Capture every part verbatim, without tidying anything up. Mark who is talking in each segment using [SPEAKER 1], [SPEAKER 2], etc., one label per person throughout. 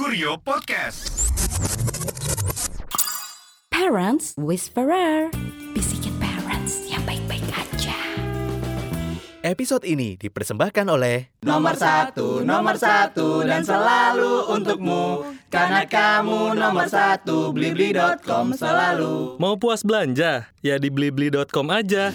[SPEAKER 1] Kurio Podcast.
[SPEAKER 2] Parents Whisperer, bisikin parents yang baik-baik aja.
[SPEAKER 3] Episode ini dipersembahkan oleh
[SPEAKER 4] Nomor satu, nomor satu dan selalu untukmu. Karena kamu nomor satu, blibli dot com selalu.
[SPEAKER 5] Mau puas belanja? Ya di blibli dot com aja.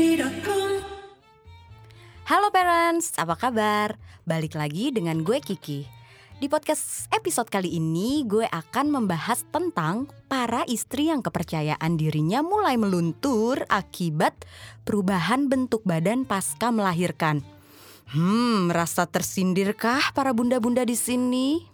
[SPEAKER 2] Halo parents, apa kabar? Balik lagi dengan gue Kiki. Di podcast episode kali ini gue akan membahas tentang para istri yang kepercayaan dirinya mulai meluntur akibat perubahan bentuk badan pasca melahirkan. Hmm, merasa tersindirkah para bunda-bunda di sini?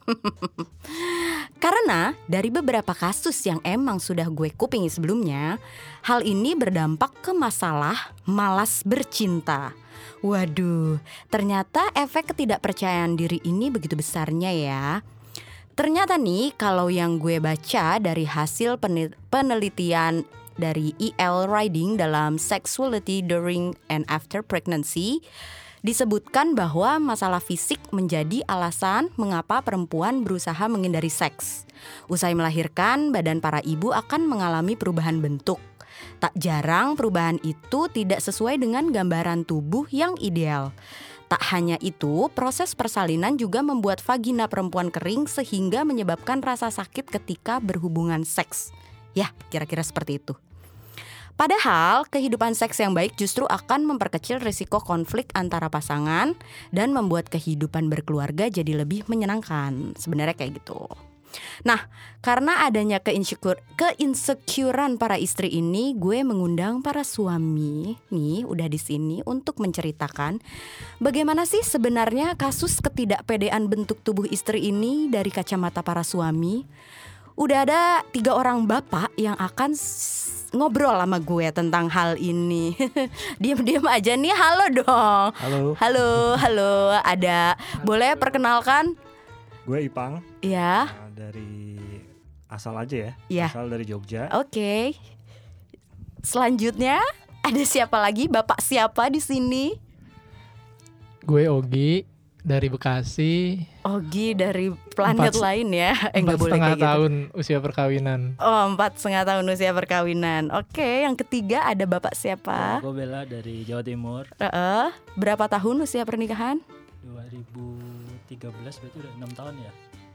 [SPEAKER 2] Karena dari beberapa kasus yang emang sudah gue kupingi sebelumnya, hal ini berdampak ke masalah malas bercinta. Waduh, ternyata efek ketidakpercayaan diri ini begitu besarnya ya. Ternyata nih, kalau yang gue baca dari hasil penelitian dari E L Riding dalam Sexuality During and After Pregnancy, disebutkan bahwa masalah fisik menjadi alasan mengapa perempuan berusaha menghindari seks. Usai melahirkan, badan para ibu akan mengalami perubahan bentuk. Tak jarang perubahan itu tidak sesuai dengan gambaran tubuh yang ideal. Tak hanya itu, proses persalinan juga membuat vagina perempuan kering sehingga menyebabkan rasa sakit ketika berhubungan seks. Ya, kira-kira seperti itu. Padahal kehidupan seks yang baik justru akan memperkecil risiko konflik antara pasangan dan membuat kehidupan berkeluarga jadi lebih menyenangkan. Sebenarnya kayak gitu. Nah, karena adanya keinsecure, keinsecurean para istri ini, gue mengundang para suami nih udah di sini untuk menceritakan bagaimana sih sebenarnya kasus ketidakpedean bentuk tubuh istri ini dari kacamata para suami. Udah ada tiga orang bapak yang akan s- ngobrol sama gue tentang hal ini. Diam-diam aja nih, halo dong.
[SPEAKER 6] Halo.
[SPEAKER 2] Halo, halo. Ada, boleh perkenalkan?
[SPEAKER 6] Gue Ipang.
[SPEAKER 2] Ya.
[SPEAKER 6] uh, Dari asal aja ya.
[SPEAKER 2] Ya.
[SPEAKER 6] Asal dari Jogja.
[SPEAKER 2] Oke. Selanjutnya ada siapa lagi? Bapak siapa di sini?
[SPEAKER 7] Gue Ogi dari Bekasi.
[SPEAKER 2] Ogi dari planet
[SPEAKER 7] Empat-
[SPEAKER 2] lain ya? Eh, nggak
[SPEAKER 7] Empat
[SPEAKER 2] boleh
[SPEAKER 7] setengah
[SPEAKER 2] kayak gitu.
[SPEAKER 7] tahun usia perkawinan.
[SPEAKER 2] Oh, empat setengah tahun usia perkawinan. Oke, yang ketiga ada bapak siapa?
[SPEAKER 8] Gue Bella dari Jawa Timur.
[SPEAKER 2] Heeh. Berapa tahun usia pernikahan?
[SPEAKER 8] dua ribu tiga belas berarti udah enam tahun ya?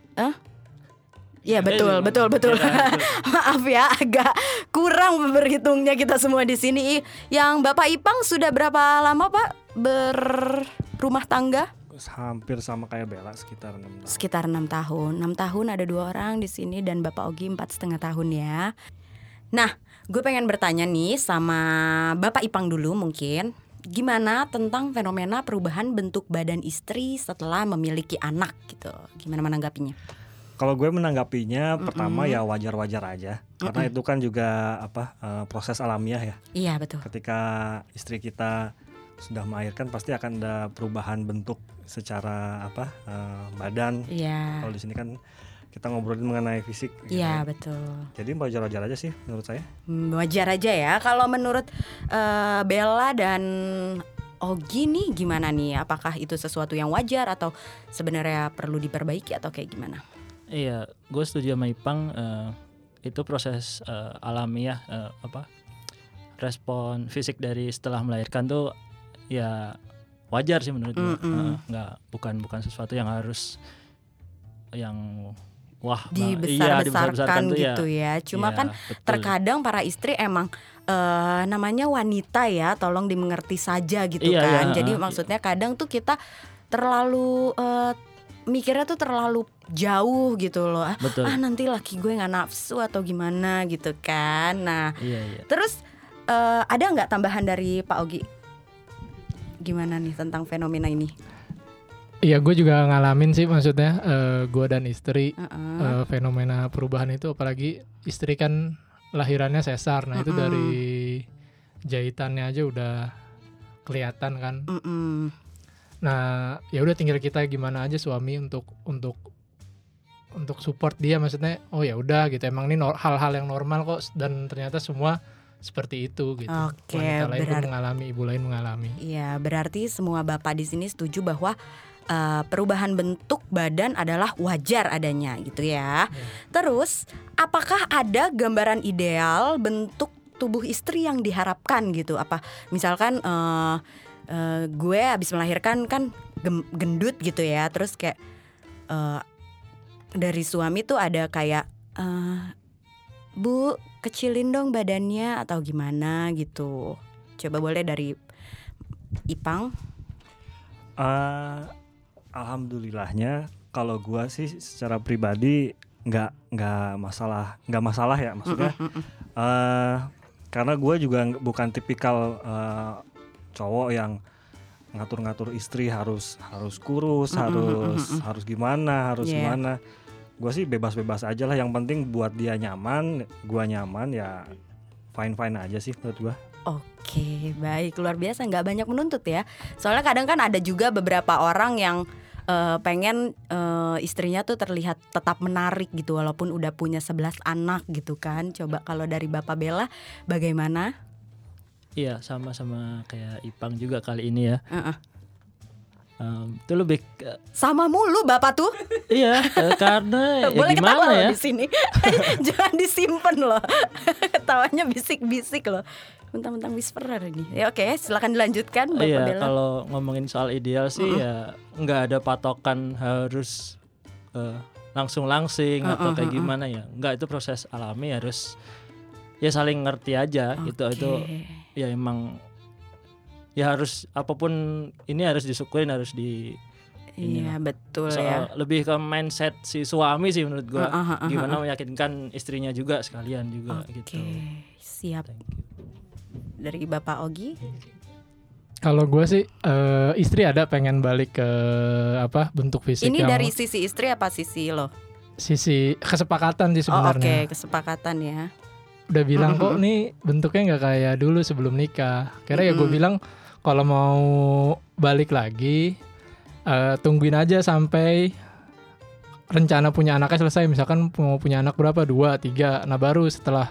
[SPEAKER 2] Iya betul,
[SPEAKER 8] Eh,
[SPEAKER 2] betul, betul.
[SPEAKER 8] ya, betul.
[SPEAKER 2] Maaf ya, agak kurang berhitungnya kita semua di sini. Yang Bapak Ipang sudah berapa lama Pak berumah tangga?
[SPEAKER 6] Hampir sama kayak Bella, sekitar enam tahun.
[SPEAKER 2] Sekitar enam tahun. enam tahun ada dua orang di sini dan Bapak Ogi empat setengah tahun ya. Nah, gue pengen bertanya nih sama Bapak Ipang dulu mungkin. Gimana tentang fenomena perubahan bentuk badan istri setelah memiliki anak gitu? Gimana menanggapinya?
[SPEAKER 6] Kalau gue menanggapinya, Mm-mm. pertama ya wajar-wajar aja. Karena
[SPEAKER 2] Mm-mm.
[SPEAKER 6] itu kan juga apa uh, proses alamiah ya.
[SPEAKER 2] Iya betul.
[SPEAKER 6] Ketika istri kita sudah melahirkan pasti akan ada perubahan bentuk secara apa uh, badan.
[SPEAKER 2] Iya.
[SPEAKER 6] Kalau di sini kan kita ngobrolin mengenai fisik. gitu
[SPEAKER 2] Iya
[SPEAKER 6] ya.
[SPEAKER 2] betul.
[SPEAKER 6] Jadi wajar-wajar aja sih menurut saya.
[SPEAKER 2] Hmm, Wajar aja ya. Kalau menurut uh, Bella dan Ogi nih gimana nih? Apakah itu sesuatu yang wajar atau sebenarnya perlu diperbaiki atau kayak gimana?
[SPEAKER 8] Iya, gue setuju sama Ipang. eh, Itu proses eh, alamiah, eh, apa respon fisik dari setelah melahirkan tuh ya wajar sih menurut gue.
[SPEAKER 2] Mm-mm.
[SPEAKER 8] Eh, nggak bukan bukan sesuatu yang harus yang wah
[SPEAKER 2] Dibesar-besarkan gitu ya. Cuma
[SPEAKER 8] iya,
[SPEAKER 2] kan
[SPEAKER 8] betul.
[SPEAKER 2] terkadang para istri emang uh, namanya wanita ya, tolong dimengerti saja gitu
[SPEAKER 8] Iya,
[SPEAKER 2] kan.
[SPEAKER 8] iya,
[SPEAKER 2] Jadi
[SPEAKER 8] uh,
[SPEAKER 2] maksudnya kadang tuh kita terlalu uh, mikirnya tuh terlalu jauh gitu loh. Ah,
[SPEAKER 8] Betul.
[SPEAKER 2] ah nanti laki gue nggak nafsu atau gimana gitu kan. Nah,
[SPEAKER 8] Iya iya.
[SPEAKER 2] terus uh, ada nggak tambahan dari Pak Ogi? Gimana nih tentang fenomena ini?
[SPEAKER 7] Iya, gue juga ngalamin sih, maksudnya uh, gue dan istri
[SPEAKER 2] Uh-uh.
[SPEAKER 7] uh, fenomena perubahan itu, apalagi istri kan lahirannya sesar. Nah, itu
[SPEAKER 2] Mm-mm.
[SPEAKER 7] dari jahitannya aja udah kelihatan kan.
[SPEAKER 2] Mm-mm.
[SPEAKER 7] Nah, ya udah tinggal kita gimana aja suami untuk untuk untuk support dia, maksudnya oh ya udah gitu, emang ini nor- hal-hal yang normal kok, dan ternyata semua seperti itu gitu.
[SPEAKER 2] Oke,
[SPEAKER 7] Wanita lain pun
[SPEAKER 2] berarti
[SPEAKER 7] mengalami, ibu lain mengalami.
[SPEAKER 2] Iya, berarti semua bapak di sini setuju bahwa uh, perubahan bentuk badan adalah wajar adanya gitu ya. Terus apakah ada gambaran ideal bentuk tubuh istri yang diharapkan gitu? Apa misalkan uh, uh, gue habis melahirkan kan gem- gendut gitu ya, terus kayak uh, dari suami tuh ada kayak uh, Bu kecilin dong badannya atau gimana gitu. Coba boleh dari Ipang.
[SPEAKER 6] Uh, alhamdulillahnya kalau gua sih secara pribadi nggak nggak masalah nggak masalah ya maksudnya.
[SPEAKER 2] Mm-mm, mm-mm.
[SPEAKER 6] Uh, karena gue juga ng- bukan tipikal uh, cowok yang ngatur-ngatur istri harus harus kurus,
[SPEAKER 2] Mm-mm,
[SPEAKER 6] harus
[SPEAKER 2] mm-mm.
[SPEAKER 6] harus gimana, harus
[SPEAKER 2] Yeah.
[SPEAKER 6] gimana. Gue sih bebas-bebas aja lah. Yang penting buat dia nyaman, gue nyaman ya fine-fine aja sih menurut gue.
[SPEAKER 2] Oke, baik, luar biasa, nggak banyak menuntut ya. Soalnya kadang kan ada juga beberapa orang yang uh, pengen uh, istrinya tuh terlihat tetap menarik gitu walaupun udah punya sebelas anak gitu kan. Coba kalau dari Bapak Bella bagaimana?
[SPEAKER 8] Iya, sama-sama kayak Ipang juga kali ini ya.
[SPEAKER 2] Uh-uh.
[SPEAKER 8] Um, itu lebih ke-
[SPEAKER 2] Sama mulu Bapak tuh.
[SPEAKER 8] iya eh, karena ya
[SPEAKER 2] Boleh
[SPEAKER 8] gimana
[SPEAKER 2] ketawa
[SPEAKER 8] ya?
[SPEAKER 2] loh di sini. Jangan disimpan loh. Ketawanya bisik-bisik loh. Mentang-mentang whisperer ini. Ya oke, silakan dilanjutkan Bapak
[SPEAKER 8] Iya,
[SPEAKER 2] Bella.
[SPEAKER 8] kalau ngomongin soal ideal sih
[SPEAKER 2] Mm-mm.
[SPEAKER 8] ya nggak ada patokan harus eh, langsung langsing atau kayak
[SPEAKER 2] Mm-mm,
[SPEAKER 8] gimana ya. Nggak, itu proses alami, harus ya saling ngerti aja gitu.
[SPEAKER 2] Oke.
[SPEAKER 8] Itu ya emang ya harus apapun ini harus disyukurin, harus di
[SPEAKER 2] Iya betul
[SPEAKER 8] soal
[SPEAKER 2] ya.
[SPEAKER 8] lebih ke mindset si suami sih menurut gua.
[SPEAKER 2] Uh, uh, uh, uh,
[SPEAKER 8] Gimana meyakinkan istrinya juga sekalian juga
[SPEAKER 2] Oke,
[SPEAKER 8] gitu.
[SPEAKER 2] siap.
[SPEAKER 8] Thank you.
[SPEAKER 2] Dari Bapak Ogi.
[SPEAKER 7] Kalau gue sih eh, istri ada pengen balik ke apa bentuk fisik
[SPEAKER 2] Ini
[SPEAKER 7] yang
[SPEAKER 2] dari sisi istri apa sisi lo?
[SPEAKER 7] sisi kesepakatan sih
[SPEAKER 2] Oh oke,
[SPEAKER 7] sebenarnya.
[SPEAKER 2] kesepakatan ya.
[SPEAKER 7] Udah bilang kok
[SPEAKER 2] Mm-mm.
[SPEAKER 7] nih bentuknya nggak kayak dulu sebelum nikah. Karena ya gue
[SPEAKER 2] Mm-mm.
[SPEAKER 7] bilang kalau mau balik lagi eh, tungguin aja sampai rencana punya anaknya selesai. Misalkan mau punya anak berapa, dua, tiga. Nah baru setelah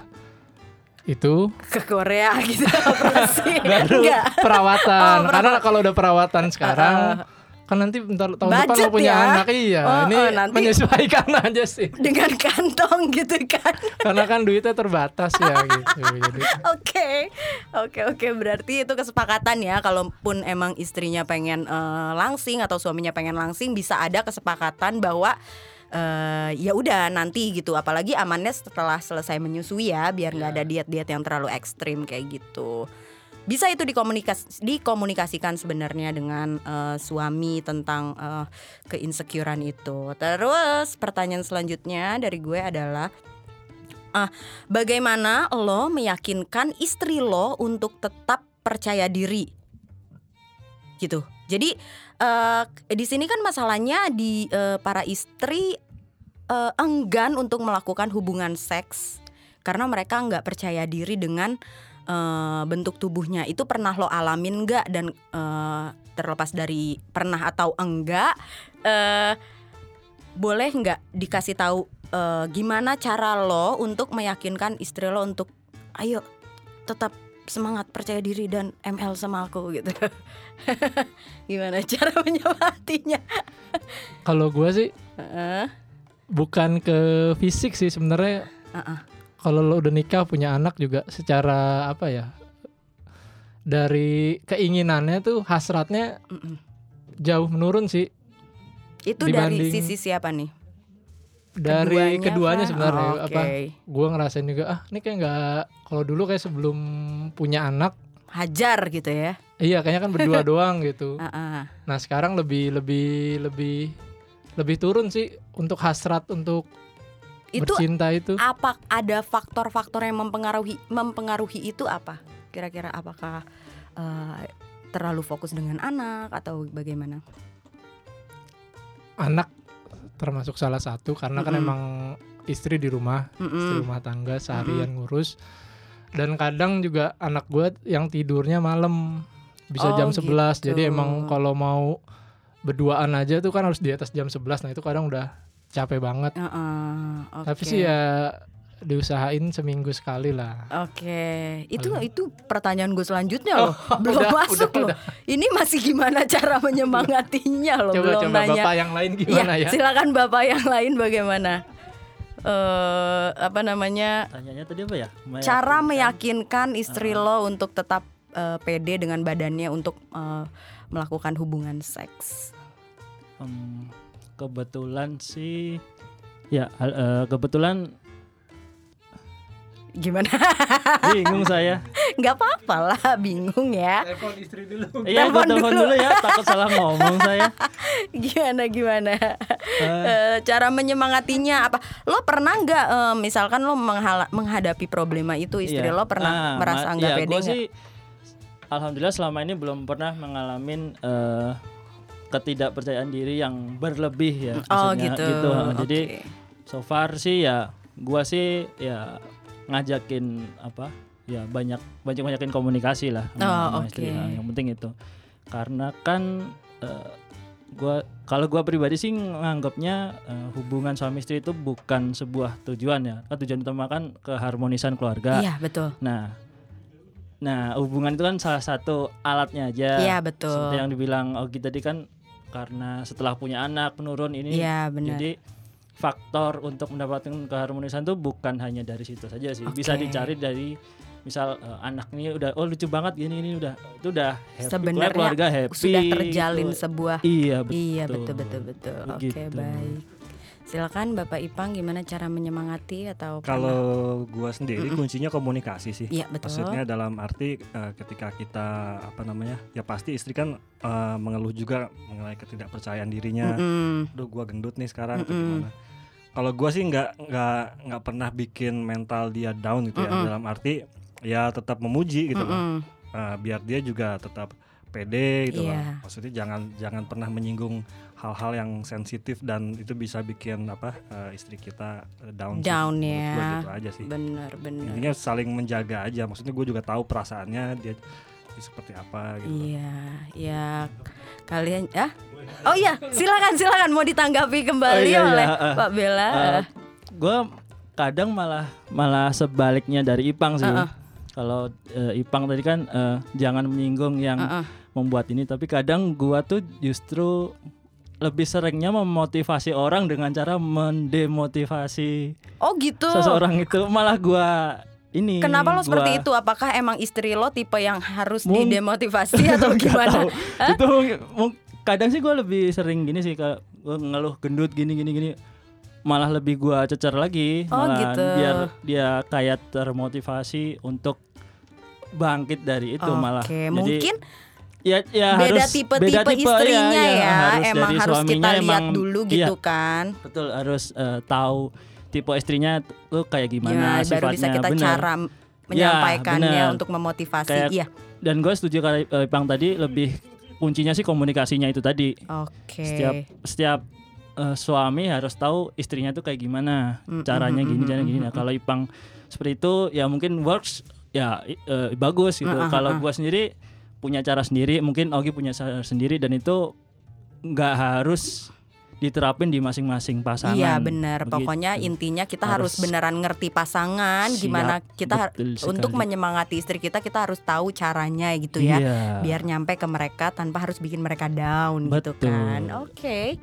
[SPEAKER 7] itu
[SPEAKER 2] Ke Korea gitu operasi.
[SPEAKER 7] baru
[SPEAKER 2] Enggak.
[SPEAKER 7] perawatan.
[SPEAKER 2] Oh,
[SPEAKER 7] Karena kalau udah perawatan sekarang kan nanti bentar tahun depan
[SPEAKER 2] Budget
[SPEAKER 7] mau punya
[SPEAKER 2] ya?
[SPEAKER 7] anak, iya.
[SPEAKER 2] Oh,
[SPEAKER 7] Ini
[SPEAKER 2] oh, nanti-
[SPEAKER 7] menyesuaikan aja sih.
[SPEAKER 2] Dengan kantong gitu kan.
[SPEAKER 7] Karena kan duitnya terbatas ya gitu. Jadi
[SPEAKER 2] Oke, oke, oke. Berarti itu kesepakatan ya. Kalaupun emang istrinya pengen eh, langsing atau suaminya pengen langsing, bisa ada kesepakatan bahwa eh, ya udah nanti gitu. Apalagi amannya setelah selesai menyusui ya, biar nggak ada diet-diet yang terlalu ekstrim kayak gitu. Bisa itu dikomunikas dikomunikasikan sebenarnya dengan eh, suami tentang eh, keinsecurean itu. Terus pertanyaan selanjutnya dari gue adalah, Ah, bagaimana lo meyakinkan istri lo untuk tetap percaya diri, gitu. Jadi uh, di sini kan masalahnya di uh, para istri uh, enggan untuk melakukan hubungan seks karena mereka nggak percaya diri dengan uh, bentuk tubuhnya. Itu pernah lo alamin nggak? Dan uh, terlepas dari pernah atau enggak, uh, boleh nggak dikasih tahu Uh, gimana cara lo untuk meyakinkan istri lo untuk ayo tetap semangat, percaya diri dan M L sama aku gitu. Gimana cara menyemangatinya?
[SPEAKER 7] kalau gue sih
[SPEAKER 2] Uh,
[SPEAKER 7] bukan ke fisik sih sebenarnya.
[SPEAKER 2] uh-uh.
[SPEAKER 7] Kalau lo udah nikah punya anak juga secara apa ya, dari keinginannya tuh hasratnya
[SPEAKER 2] Mm-mm.
[SPEAKER 7] jauh menurun sih.
[SPEAKER 2] Itu dari
[SPEAKER 7] Dibanding-
[SPEAKER 2] sisi siapa nih?
[SPEAKER 7] Dari keduanya
[SPEAKER 2] kah?
[SPEAKER 7] sebenarnya.
[SPEAKER 2] Oh, oke.
[SPEAKER 7] Apa gue ngerasain juga ah ini kayak nggak, kalau dulu kayak sebelum punya anak
[SPEAKER 2] Hajar gitu ya.
[SPEAKER 7] iya kayaknya kan berdua doang gitu.
[SPEAKER 2] Uh-uh.
[SPEAKER 7] Nah sekarang lebih lebih lebih lebih turun sih untuk hasrat untuk
[SPEAKER 2] Itu
[SPEAKER 7] bercinta itu.
[SPEAKER 2] apa ada faktor-faktor yang mempengaruhi mempengaruhi itu apa? Kira-kira apakah uh, terlalu fokus dengan anak atau bagaimana?
[SPEAKER 7] Anak termasuk salah satu karena kan
[SPEAKER 2] Mm-mm.
[SPEAKER 7] emang istri di rumah, istri
[SPEAKER 2] Mm-mm.
[SPEAKER 7] rumah tangga seharian ngurus. Dan kadang juga anak gue yang tidurnya malam bisa
[SPEAKER 2] Oh,
[SPEAKER 7] jam sebelas.
[SPEAKER 2] gitu.
[SPEAKER 7] Jadi emang kalau mau berduaan aja tuh kan harus di atas jam sebelas. Nah itu kadang udah capek banget.
[SPEAKER 2] Uh-uh.
[SPEAKER 7] Tapi
[SPEAKER 2] Oke.
[SPEAKER 7] sih ya diusahain seminggu sekali lah.
[SPEAKER 2] Oke, itu
[SPEAKER 7] Halo.
[SPEAKER 2] itu pertanyaan gue selanjutnya loh,
[SPEAKER 7] Oh,
[SPEAKER 2] belum
[SPEAKER 7] udah,
[SPEAKER 2] masuk
[SPEAKER 7] udah,
[SPEAKER 2] loh.
[SPEAKER 7] udah.
[SPEAKER 2] Ini masih gimana cara menyemangatinya loh,
[SPEAKER 7] Coba
[SPEAKER 2] belum
[SPEAKER 7] coba
[SPEAKER 2] nanya.
[SPEAKER 7] bapak yang lain gimana
[SPEAKER 2] Iya,
[SPEAKER 7] ya?
[SPEAKER 2] silakan bapak yang lain bagaimana? Eh apa namanya?
[SPEAKER 8] Tanyanya tadi apa ya?
[SPEAKER 2] Cara
[SPEAKER 8] Meyakinkan.
[SPEAKER 2] meyakinkan istri lo untuk tetap eh, pede dengan badannya untuk eh, melakukan hubungan seks.
[SPEAKER 8] Em, kebetulan sih ya hal- eh, kebetulan
[SPEAKER 2] Gimana?
[SPEAKER 8] bingung saya.
[SPEAKER 2] Nggak apa-apa lah, bingung ya.
[SPEAKER 7] Telepon istri dulu.
[SPEAKER 8] Iya,
[SPEAKER 2] Telepon
[SPEAKER 8] gue telepon
[SPEAKER 2] dulu.
[SPEAKER 8] dulu ya, takut salah ngomong saya.
[SPEAKER 2] Gimana gimana? Eh, cara menyemangatinya apa? Lo pernah nggak eh, misalkan lo menghala- menghadapi problema itu istri
[SPEAKER 8] Iya.
[SPEAKER 2] lo pernah
[SPEAKER 8] Ah,
[SPEAKER 2] merasa
[SPEAKER 8] ma-
[SPEAKER 2] nggak
[SPEAKER 8] iya,
[SPEAKER 2] pede
[SPEAKER 8] gua
[SPEAKER 2] nggak?
[SPEAKER 8] sih alhamdulillah selama ini belum pernah mengalami eh, ketidakpercayaan diri yang berlebih ya.
[SPEAKER 2] Oh
[SPEAKER 8] maksudnya
[SPEAKER 2] gitu.
[SPEAKER 8] Jadi
[SPEAKER 2] Oke.
[SPEAKER 8] so far sih ya gua sih ya ngajakin apa? Ya banyak banyak banyakin komunikasi lah sama,
[SPEAKER 2] Oh,
[SPEAKER 8] sama
[SPEAKER 2] oke.
[SPEAKER 8] istri. Nah, yang penting itu. Karena kan eh, gua kalau gua pribadi sih nganggapnya eh, hubungan suami istri itu bukan sebuah tujuan ya. Kan tujuan utama kan keharmonisan keluarga.
[SPEAKER 2] Iya betul.
[SPEAKER 8] Nah, nah hubungan itu kan salah satu alatnya aja.
[SPEAKER 2] Iya betul.
[SPEAKER 8] Seperti yang dibilang Ogi tadi kan karena setelah punya anak menurun ini.
[SPEAKER 2] Iya benar.
[SPEAKER 8] Jadi faktor untuk mendapatkan keharmonisan itu bukan hanya dari situ saja sih. Bisa
[SPEAKER 2] Oke.
[SPEAKER 8] dicari dari misal eh, anak ini udah oh lucu banget gini ini udah itu udah happy
[SPEAKER 2] Sebenarnya
[SPEAKER 8] keluarga happy.
[SPEAKER 2] Sudah terjalin
[SPEAKER 8] gitu.
[SPEAKER 2] sebuah.
[SPEAKER 8] Iya betul.
[SPEAKER 2] Iya betul betul betul. Oke
[SPEAKER 8] Begitu.
[SPEAKER 2] baik. Silakan Bapak Ipang, gimana cara menyemangati atau pernah-
[SPEAKER 6] Kalau gua sendiri
[SPEAKER 2] Mm-mm.
[SPEAKER 6] kuncinya komunikasi sih.
[SPEAKER 2] Iya betul.
[SPEAKER 6] Maksudnya dalam arti eh, ketika kita apa namanya ya pasti istri kan eh, mengeluh juga mengenai ketidakpercayaan dirinya.
[SPEAKER 2] Mm-mm.
[SPEAKER 6] Aduh gua gendut nih sekarang atau
[SPEAKER 2] Mm-mm.
[SPEAKER 6] gimana. Kalau gua sih nggak nggak nggak pernah bikin mental dia down gitu ya.
[SPEAKER 2] Mm-mm.
[SPEAKER 6] Dalam arti ya tetap memuji gitu loh.
[SPEAKER 2] Mm-mm.
[SPEAKER 6] Eh, biar dia juga tetap pede gitu
[SPEAKER 2] Iya.
[SPEAKER 6] loh. Maksudnya jangan jangan pernah menyinggung hal-hal yang sensitif dan itu bisa bikin apa eh, istri kita eh, down. sih.
[SPEAKER 2] Down
[SPEAKER 6] Menurut
[SPEAKER 2] ya.
[SPEAKER 6] gua gitu aja sih.
[SPEAKER 2] Bener bener.
[SPEAKER 6] Intinya saling menjaga aja. Maksudnya gue juga tahu perasaannya dia seperti apa gitu.
[SPEAKER 2] Iya, ya kalian ah oh iya silakan silakan mau ditanggapi kembali
[SPEAKER 8] Oh, iya, iya,
[SPEAKER 2] oleh
[SPEAKER 8] eh,
[SPEAKER 2] Pak Bella.
[SPEAKER 8] Eh, gue kadang malah malah sebaliknya dari Ipang sih.
[SPEAKER 2] Uh-uh.
[SPEAKER 8] Kalau eh, Ipang tadi kan eh, jangan menyinggung yang
[SPEAKER 2] Uh-uh.
[SPEAKER 8] membuat ini, tapi kadang gua tuh justru lebih seringnya memotivasi orang dengan cara mendemotivasi
[SPEAKER 2] Oh gitu.
[SPEAKER 8] seseorang itu. Malah gua ini.
[SPEAKER 2] Kenapa lo
[SPEAKER 8] gua-
[SPEAKER 2] seperti itu? Apakah emang istri lo tipe yang harus
[SPEAKER 8] Mung-
[SPEAKER 2] didemotivasi atau
[SPEAKER 8] Nggak
[SPEAKER 2] gimana?
[SPEAKER 8] tahu. Itu mung- kadang sih gua lebih sering gini sih, kayak gua ngeluh gendut gini gini gini. Malah lebih gua cecer lagi,
[SPEAKER 2] Oh,
[SPEAKER 8] malah
[SPEAKER 2] gitu.
[SPEAKER 8] biar dia kayak termotivasi untuk bangkit dari itu malah.
[SPEAKER 2] Oke,
[SPEAKER 8] Jadi,
[SPEAKER 2] mungkin
[SPEAKER 8] ya, ya
[SPEAKER 2] beda
[SPEAKER 8] harus,
[SPEAKER 2] tipe-tipe
[SPEAKER 8] beda tipe,
[SPEAKER 2] istrinya
[SPEAKER 8] ya,
[SPEAKER 2] ya,
[SPEAKER 8] harus
[SPEAKER 2] emang
[SPEAKER 8] dari
[SPEAKER 2] harus kita
[SPEAKER 8] suaminya
[SPEAKER 2] lihat
[SPEAKER 8] emang-
[SPEAKER 2] dulu
[SPEAKER 8] iya,
[SPEAKER 2] gitu kan.
[SPEAKER 8] betul, harus eh, tahu tipe istrinya tuh kayak
[SPEAKER 2] Ya,
[SPEAKER 8] gimana
[SPEAKER 2] baru bisa
[SPEAKER 8] sifatnya.
[SPEAKER 2] kita
[SPEAKER 8] bener.
[SPEAKER 2] cara menyampaikannya
[SPEAKER 8] bener.
[SPEAKER 2] untuk memotivasi.
[SPEAKER 8] Kayak-
[SPEAKER 2] Iya.
[SPEAKER 8] Dan gue setuju kalau eh, Ipang tadi, lebih kuncinya sih komunikasinya itu tadi.
[SPEAKER 2] Oke.
[SPEAKER 8] Setiap setiap eh, suami harus tahu istrinya tuh kayak gimana,
[SPEAKER 2] Mm,
[SPEAKER 8] caranya
[SPEAKER 2] mm,
[SPEAKER 8] gini,
[SPEAKER 2] mm,
[SPEAKER 8] caranya gini.
[SPEAKER 2] mm,
[SPEAKER 8] Nah, kalau Ipang seperti itu ya mungkin works ya i- eh, bagus gitu.
[SPEAKER 2] Mm, mm,
[SPEAKER 8] Kalau
[SPEAKER 2] mm.
[SPEAKER 8] gua sendiri punya cara sendiri, mungkin Ogi punya cara sendiri, dan itu nggak harus diterapin di masing-masing pasangan.
[SPEAKER 2] Iya benar.
[SPEAKER 8] Begitu.
[SPEAKER 2] Pokoknya intinya kita harus,
[SPEAKER 8] Harus
[SPEAKER 2] beneran ngerti pasangan,
[SPEAKER 8] siap,
[SPEAKER 2] gimana kita har-
[SPEAKER 8] betul sekali.
[SPEAKER 2] untuk menyemangati istri kita, kita harus tahu caranya gitu ya.
[SPEAKER 8] Iya.
[SPEAKER 2] Biar nyampe ke mereka tanpa harus bikin mereka down gitu
[SPEAKER 8] Betul.
[SPEAKER 2] kan. Oke.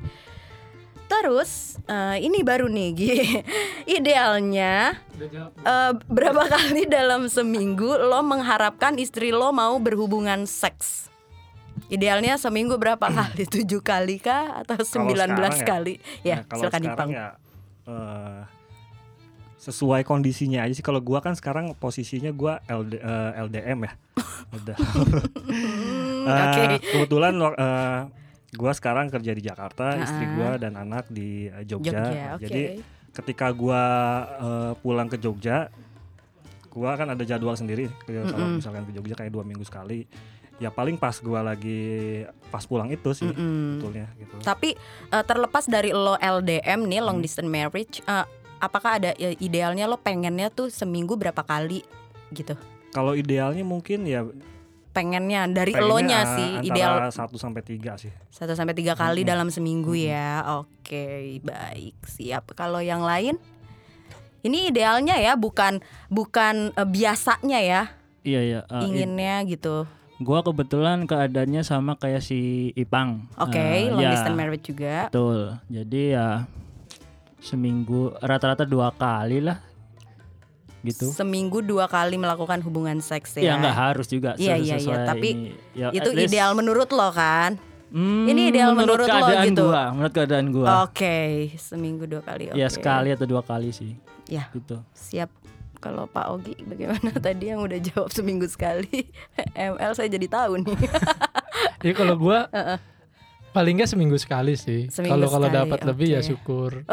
[SPEAKER 2] Terus eh, ini baru nih Gi. Idealnya eh, berapa kali dalam seminggu lo mengharapkan istri lo mau berhubungan seks? Idealnya seminggu berapa kali? Tujuh kali kah atau sembilan belas
[SPEAKER 6] sekarang
[SPEAKER 2] kali? Ya,
[SPEAKER 6] Nah, kalau
[SPEAKER 2] silakan
[SPEAKER 6] sekarang
[SPEAKER 2] Ipang.
[SPEAKER 6] ya eh, sesuai kondisinya aja sih. Kalau gua kan sekarang posisinya gua L D, eh, L D M ya. Udah.
[SPEAKER 2] Hmm,
[SPEAKER 6] Eh,
[SPEAKER 2] Oke.
[SPEAKER 6] Kebetulan eh, gua sekarang kerja di Jakarta, istri
[SPEAKER 2] Ah.
[SPEAKER 6] gua dan anak di eh, Jogja.
[SPEAKER 2] Jogja, oke.
[SPEAKER 6] Jadi ketika gua eh, pulang ke Jogja, gua kan ada jadwal sendiri. Kalau
[SPEAKER 2] Mm-mm.
[SPEAKER 6] misalkan ke Jogja kayak dua minggu sekali. Ya paling pas gua lagi pas pulang itu sih
[SPEAKER 2] Mm-mm.
[SPEAKER 6] betulnya gitu.
[SPEAKER 2] Tapi eh, terlepas dari lo L D M nih, long
[SPEAKER 6] Hmm.
[SPEAKER 2] distance marriage, eh, apakah ada ya, idealnya lo pengennya tuh seminggu berapa kali gitu?
[SPEAKER 6] Kalau idealnya mungkin ya
[SPEAKER 2] Pengennya dari
[SPEAKER 6] pengennya,
[SPEAKER 2] elonya
[SPEAKER 6] ah,
[SPEAKER 2] sih
[SPEAKER 6] antara
[SPEAKER 2] ideal
[SPEAKER 6] satu sampai tiga sih.
[SPEAKER 2] satu sampai tiga kali
[SPEAKER 6] Mm-mm.
[SPEAKER 2] dalam seminggu
[SPEAKER 6] Mm-mm.
[SPEAKER 2] ya. Oke, baik, siap. Kalau yang lain Ini idealnya ya, bukan bukan uh, biasanya ya.
[SPEAKER 8] Iya ya. Uh,
[SPEAKER 2] inginnya it, gitu.
[SPEAKER 8] Gua kebetulan keadaannya sama kayak si Ipang.
[SPEAKER 2] Oke, okay,
[SPEAKER 8] uh,
[SPEAKER 2] long
[SPEAKER 8] ya,
[SPEAKER 2] distance marriage juga.
[SPEAKER 8] Betul. Jadi ya seminggu rata-rata dua kali lah. Gitu.
[SPEAKER 2] Seminggu dua kali melakukan hubungan seks ya.
[SPEAKER 8] Ya nggak harus juga.
[SPEAKER 2] Iya iya iya. Tapi
[SPEAKER 8] ini, ya,
[SPEAKER 2] itu
[SPEAKER 8] least,
[SPEAKER 2] ideal menurut lo kan?
[SPEAKER 8] Hmm,
[SPEAKER 2] ini ideal menurut, menurut lo gitu.
[SPEAKER 8] Gua, menurut keadaan gua.
[SPEAKER 2] Oke, okay. Seminggu dua kali. Okay.
[SPEAKER 8] Ya sekali atau dua kali sih.
[SPEAKER 2] Ya.
[SPEAKER 8] Gitu.
[SPEAKER 2] Siap. Kalau Pak Ogi bagaimana tadi yang udah jawab seminggu sekali? M L saya jadi tahu nih.
[SPEAKER 7] Ya kalau gua uh-uh. paling nggak seminggu sekali sih. Kalau kalau dapat okay. lebih ya syukur.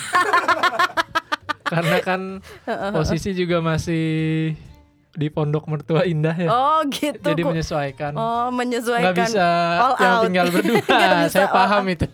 [SPEAKER 7] Karena kan posisi juga masih di pondok mertua indah ya.
[SPEAKER 2] Oh gitu.
[SPEAKER 7] Jadi menyesuaikan.
[SPEAKER 2] Oh menyesuaikan.
[SPEAKER 7] Gak bisa
[SPEAKER 2] all
[SPEAKER 7] yang
[SPEAKER 2] out.
[SPEAKER 7] Tinggal berdua. Saya paham itu.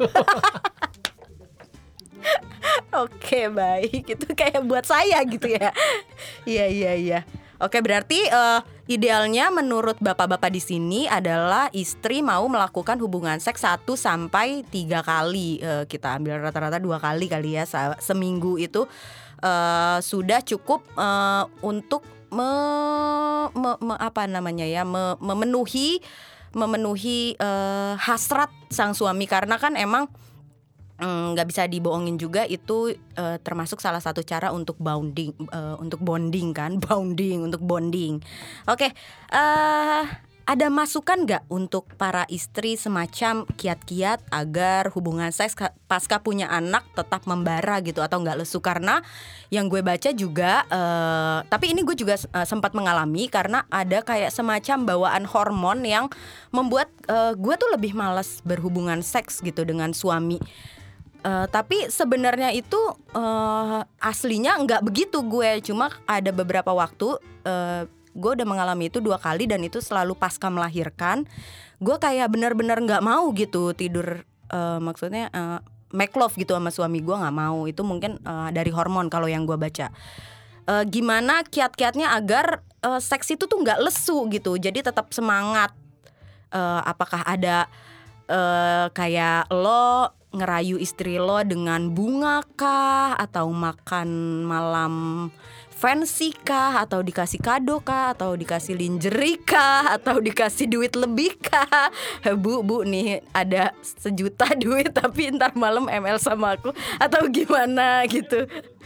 [SPEAKER 2] Oke baik. Itu kayak buat saya gitu ya. Iya iya iya. Oke berarti uh, idealnya menurut bapak-bapak di sini adalah istri mau melakukan hubungan seks satu sampai tiga kali. Uh, kita ambil rata-rata dua kali kali ya seminggu itu. Uh, sudah cukup uh, untuk me, me, me, apa namanya ya me, memenuhi memenuhi uh, hasrat sang suami karena kan emang nggak mm, bisa dibohongin juga itu uh, termasuk salah satu cara untuk bonding uh, untuk bonding kan bonding untuk bonding. Oke, okay. uh, ada masukan nggak untuk para istri semacam kiat-kiat agar hubungan seks pasca punya anak tetap membara gitu atau nggak lesu? Karena yang gue baca juga, uh, tapi ini gue juga uh, sempat mengalami karena ada kayak semacam bawaan hormon yang membuat uh, gue tuh lebih malas berhubungan seks gitu dengan suami. Uh, tapi sebenarnya itu uh, aslinya nggak begitu gue, cuma ada beberapa waktu. Uh, Gue udah mengalami itu dua kali dan itu selalu pasca melahirkan. Gue kayak benar-benar gak mau gitu tidur uh, maksudnya uh, make love gitu sama suami gue gak mau. Itu mungkin uh, dari hormon kalau yang gue baca. uh, Gimana kiat-kiatnya agar uh, seks itu tuh gak lesu gitu, jadi tetap semangat. uh, Apakah ada uh, kayak lo ngerayu istri lo dengan bunga kah, atau makan malam fancy kah, atau dikasih kado kah, atau dikasih lingerie kah, atau dikasih duit lebih kah? Bu, bu nih ada sejuta duit tapi ntar malam M L sama aku, atau gimana gitu?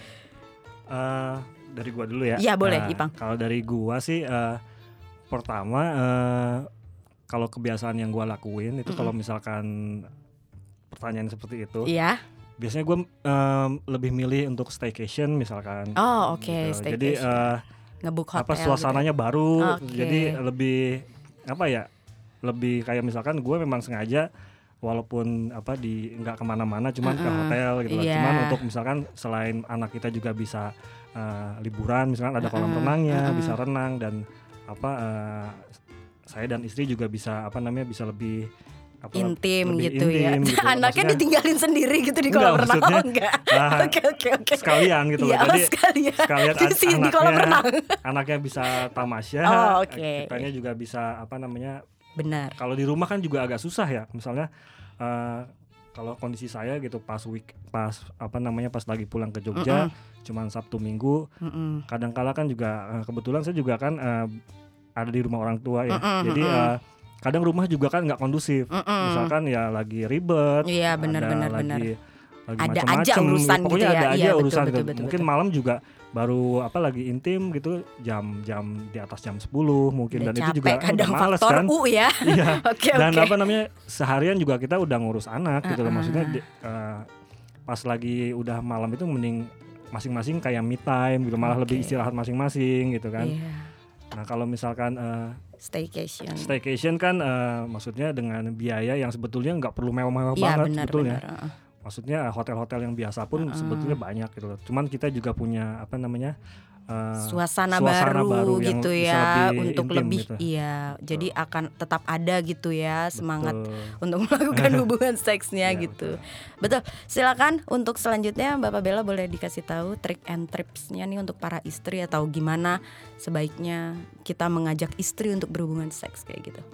[SPEAKER 6] Uh, dari gua dulu ya.
[SPEAKER 2] Iya boleh,
[SPEAKER 6] uh,
[SPEAKER 2] Ipang.
[SPEAKER 6] Kalau dari gua sih, uh, pertama uh, kalau kebiasaan yang gua lakuin itu, mm-hmm. kalau misalkan pertanyaan seperti itu.
[SPEAKER 2] Iya.
[SPEAKER 6] Biasanya gue um, lebih milih untuk staycation misalkan.
[SPEAKER 2] Oh oke, okay.
[SPEAKER 6] Gitu. Jadi uh,
[SPEAKER 2] nge-book hotel.
[SPEAKER 6] Apa suasananya gitu. Baru,
[SPEAKER 2] okay.
[SPEAKER 6] Jadi lebih apa ya? Lebih kayak misalkan gue memang sengaja walaupun apa di nggak kemana-mana, cuman uh-uh. ke hotel gitu lah. Yeah. Cuman untuk misalkan selain anak kita juga bisa uh, liburan, misalkan ada kolam uh-uh. renangnya, uh-uh. bisa renang dan apa? Uh, saya dan istri juga bisa apa namanya bisa lebih apa,
[SPEAKER 2] intim gitu intim, ya
[SPEAKER 6] gitu.
[SPEAKER 2] Anaknya ditinggalin sendiri gitu di kolam renang. Oh enggak. Oke oke oke.
[SPEAKER 6] Sekalian gitu loh.
[SPEAKER 2] Ya,
[SPEAKER 6] Jadi
[SPEAKER 2] sekalian,
[SPEAKER 6] sekalian
[SPEAKER 2] di sini di kolam renang.
[SPEAKER 6] Anaknya bisa tamasya.
[SPEAKER 2] Oh, okay.
[SPEAKER 6] Kitanya juga bisa apa namanya?
[SPEAKER 2] Benar.
[SPEAKER 6] Kalau di rumah kan juga agak susah ya. Misalnya uh, kalau kondisi saya gitu pas week pas apa namanya pas lagi pulang ke Jogja, mm-mm. cuman Sabtu Minggu. Mm-mm. Kadang-kala kan juga uh, kebetulan saya juga kan uh, ada di rumah orang tua ya. Mm-mm. Jadi uh, kadang rumah juga kan nggak kondusif, Mm-mm. misalkan ya lagi ribet,
[SPEAKER 2] iya, bener,
[SPEAKER 6] ada
[SPEAKER 2] bener,
[SPEAKER 6] lagi,
[SPEAKER 2] bener.
[SPEAKER 6] lagi
[SPEAKER 2] ada
[SPEAKER 6] macam-macam,
[SPEAKER 2] aja urusan
[SPEAKER 6] pokoknya
[SPEAKER 2] gitu ya,
[SPEAKER 6] ada aja
[SPEAKER 2] iya,
[SPEAKER 6] urusan
[SPEAKER 2] betul,
[SPEAKER 6] gitu.
[SPEAKER 2] betul, betul,
[SPEAKER 6] mungkin
[SPEAKER 2] betul.
[SPEAKER 6] malam juga baru apa lagi intim gitu, jam-jam di atas jam sepuluh mungkin,
[SPEAKER 2] udah
[SPEAKER 6] dan
[SPEAKER 2] capek,
[SPEAKER 6] itu juga
[SPEAKER 2] kadang
[SPEAKER 6] udah males
[SPEAKER 2] faktor
[SPEAKER 6] kan,
[SPEAKER 2] U ya,
[SPEAKER 6] iya.
[SPEAKER 2] okay,
[SPEAKER 6] dan
[SPEAKER 2] okay.
[SPEAKER 6] apa namanya seharian juga kita udah ngurus anak gitu
[SPEAKER 2] uh-uh.
[SPEAKER 6] loh, maksudnya di, uh, pas lagi udah malam itu mending masing-masing kayak me time gitu, malah okay. lebih istirahat masing-masing gitu kan. Yeah. Nah kalau misalkan uh,
[SPEAKER 2] staycation,
[SPEAKER 6] staycation kan uh, maksudnya dengan biaya yang sebetulnya nggak perlu mewah-mewah
[SPEAKER 2] ya,
[SPEAKER 6] banget
[SPEAKER 2] benar,
[SPEAKER 6] sebetulnya.
[SPEAKER 2] Benar. Uh.
[SPEAKER 6] Maksudnya hotel-hotel yang biasa pun uh-uh. sebetulnya banyak gitu. Cuman kita juga punya apa namanya uh,
[SPEAKER 2] suasana,
[SPEAKER 6] suasana
[SPEAKER 2] baru,
[SPEAKER 6] baru
[SPEAKER 2] gitu ya,
[SPEAKER 6] lebih
[SPEAKER 2] untuk lebih
[SPEAKER 6] gitu.
[SPEAKER 2] Iya. Betul. Jadi akan tetap ada gitu ya semangat
[SPEAKER 6] betul.
[SPEAKER 2] Untuk melakukan hubungan seksnya ya, gitu. Betul. betul. Silakan untuk selanjutnya Bapak Bella boleh dikasih tahu trik and tripsnya nih untuk para istri, atau gimana sebaiknya kita mengajak istri untuk berhubungan seks kayak gitu.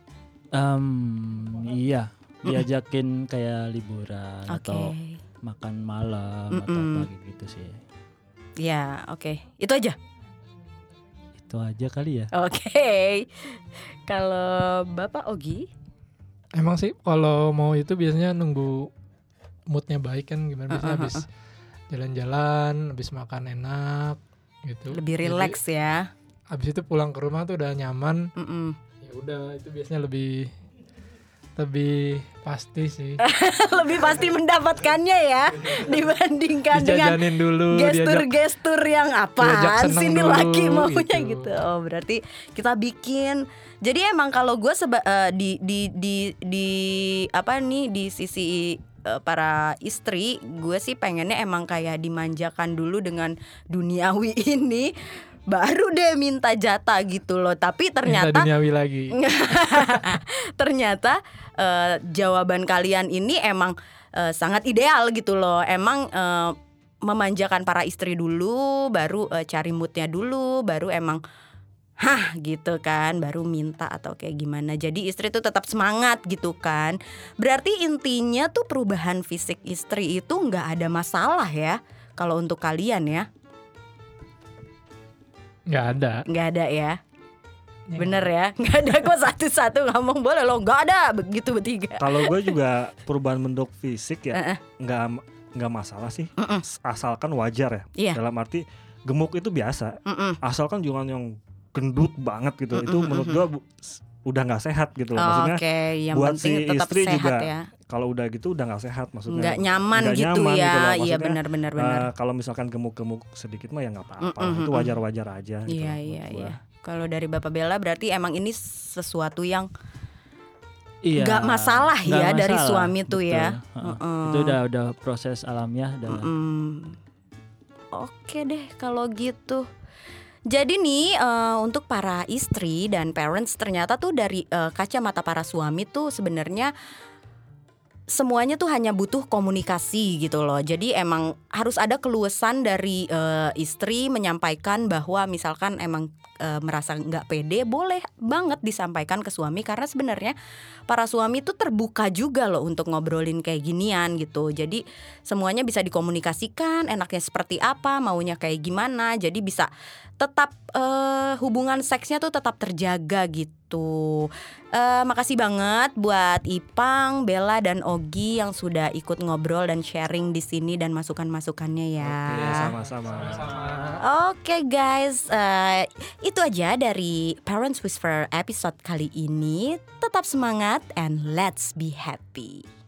[SPEAKER 8] Um, iya. Diajakin kayak liburan
[SPEAKER 2] okay.
[SPEAKER 8] atau makan malam
[SPEAKER 2] Mm-mm.
[SPEAKER 8] atau apa gitu sih.
[SPEAKER 2] Ya, oke. Itu aja.
[SPEAKER 8] Itu aja kali ya.
[SPEAKER 2] Oke. Kalau Bapak Ogi?
[SPEAKER 7] Emang sih kalau mau itu biasanya nunggu moodnya baik kan, gimana biasanya
[SPEAKER 2] Uh, uh, uh,
[SPEAKER 7] habis jalan-jalan, habis makan enak gitu.
[SPEAKER 2] Lebih
[SPEAKER 7] Jadi,
[SPEAKER 2] rileks ya.
[SPEAKER 7] habis itu pulang ke rumah tuh udah nyaman.
[SPEAKER 2] Mm-mm.
[SPEAKER 7] Ya udah, itu biasanya lebih lebih pasti sih.
[SPEAKER 2] Lebih pasti mendapatkannya ya dibandingkan dengan
[SPEAKER 7] Dijajanin dulu, diajak
[SPEAKER 2] gestur-gestur yang
[SPEAKER 7] diajak
[SPEAKER 2] apaan
[SPEAKER 7] seneng
[SPEAKER 2] sih ini
[SPEAKER 7] dulu,
[SPEAKER 2] laki maunya
[SPEAKER 7] gitu.
[SPEAKER 2] gitu. Oh, berarti kita bikin. Jadi emang kalau gue seba- eh, di di di di apa nih di sisi eh, para istri, gue sih pengennya emang kayak dimanjakan dulu dengan duniawi ini, baru deh minta jatah gitu loh. Tapi
[SPEAKER 7] Minta
[SPEAKER 2] ternyata
[SPEAKER 7] duniawi lagi.
[SPEAKER 2] ternyata eh, jawaban kalian ini emang eh, sangat ideal gitu loh. Emang eh, memanjakan para istri dulu, baru eh, cari moodnya dulu, baru emang hah gitu kan, baru minta atau kayak gimana. Jadi istri tuh tetap semangat gitu kan. Berarti intinya tuh perubahan fisik istri itu nggak ada masalah ya kalau untuk kalian ya.
[SPEAKER 7] Nggak ada.
[SPEAKER 2] Nggak ada ya. Bener ya, nggak ada kok satu-satu ngomong boleh lo, nggak ada begitu bertiga.
[SPEAKER 6] Kalau gue juga perubahan bentuk fisik
[SPEAKER 2] Eh, eh.
[SPEAKER 6] ya nggak nggak masalah sih,
[SPEAKER 2] Mm-mm.
[SPEAKER 6] asalkan wajar ya.
[SPEAKER 2] Iya.
[SPEAKER 6] Dalam arti gemuk itu biasa,
[SPEAKER 2] Mm-mm.
[SPEAKER 6] asalkan jangan yang gendut banget gitu.
[SPEAKER 2] Mm-mm,
[SPEAKER 6] Itu menurut
[SPEAKER 2] mm-mm.
[SPEAKER 6] gue bu- s- udah nggak sehat gitu loh. Maksudnya
[SPEAKER 2] Oke, yang
[SPEAKER 6] buat
[SPEAKER 2] penting
[SPEAKER 6] si
[SPEAKER 2] tetap
[SPEAKER 6] istri
[SPEAKER 2] sehat
[SPEAKER 6] juga
[SPEAKER 2] ya.
[SPEAKER 6] kalau udah gitu udah nggak sehat, maksudnya
[SPEAKER 2] Nggak nyaman
[SPEAKER 6] nggak
[SPEAKER 2] gitu
[SPEAKER 6] nyaman
[SPEAKER 2] ya.
[SPEAKER 6] gitu loh.
[SPEAKER 2] Iya
[SPEAKER 6] Maksudnya,
[SPEAKER 2] benar-benar benar.
[SPEAKER 6] eh, kalau misalkan gemuk-gemuk sedikit mah ya nggak apa-apa,
[SPEAKER 2] Mm-mm,
[SPEAKER 6] itu
[SPEAKER 2] mm-mm.
[SPEAKER 6] wajar-wajar aja. gitu
[SPEAKER 2] Iya
[SPEAKER 6] menurut
[SPEAKER 2] iya
[SPEAKER 6] gua.
[SPEAKER 2] iya. Kalau dari Bapak Bella berarti emang ini sesuatu yang
[SPEAKER 8] Iya.
[SPEAKER 2] nggak masalah
[SPEAKER 8] nggak
[SPEAKER 2] ya dari
[SPEAKER 8] masalah,
[SPEAKER 2] suami tuh ya.
[SPEAKER 8] betul. Heeh.
[SPEAKER 2] Heeh.
[SPEAKER 8] Itu udah udah proses alamiah udah.
[SPEAKER 2] Mm-mm. Oke deh kalau gitu. Jadi nih eh, untuk para istri dan parents ternyata tuh dari eh, kacamata para suami tuh sebenarnya semuanya tuh hanya butuh komunikasi gitu loh. Jadi emang harus ada keluasan dari eh, istri menyampaikan bahwa misalkan emang eh, merasa nggak pede, boleh banget disampaikan ke suami karena sebenarnya para suami tuh terbuka juga loh untuk ngobrolin kayak ginian gitu. Jadi semuanya bisa dikomunikasikan, enaknya seperti apa, maunya kayak gimana. Jadi bisa tetap eh, hubungan seksnya tuh tetap terjaga gitu. Eh, makasih banget buat Ipang, Bella dan Ogi yang sudah ikut ngobrol dan sharing di sini dan masukan-masukannya ya.
[SPEAKER 6] Oke, sama-sama.
[SPEAKER 2] Oke guys, eh, itu aja dari Parents Whisper episode kali ini. Tetap semangat and let's be happy.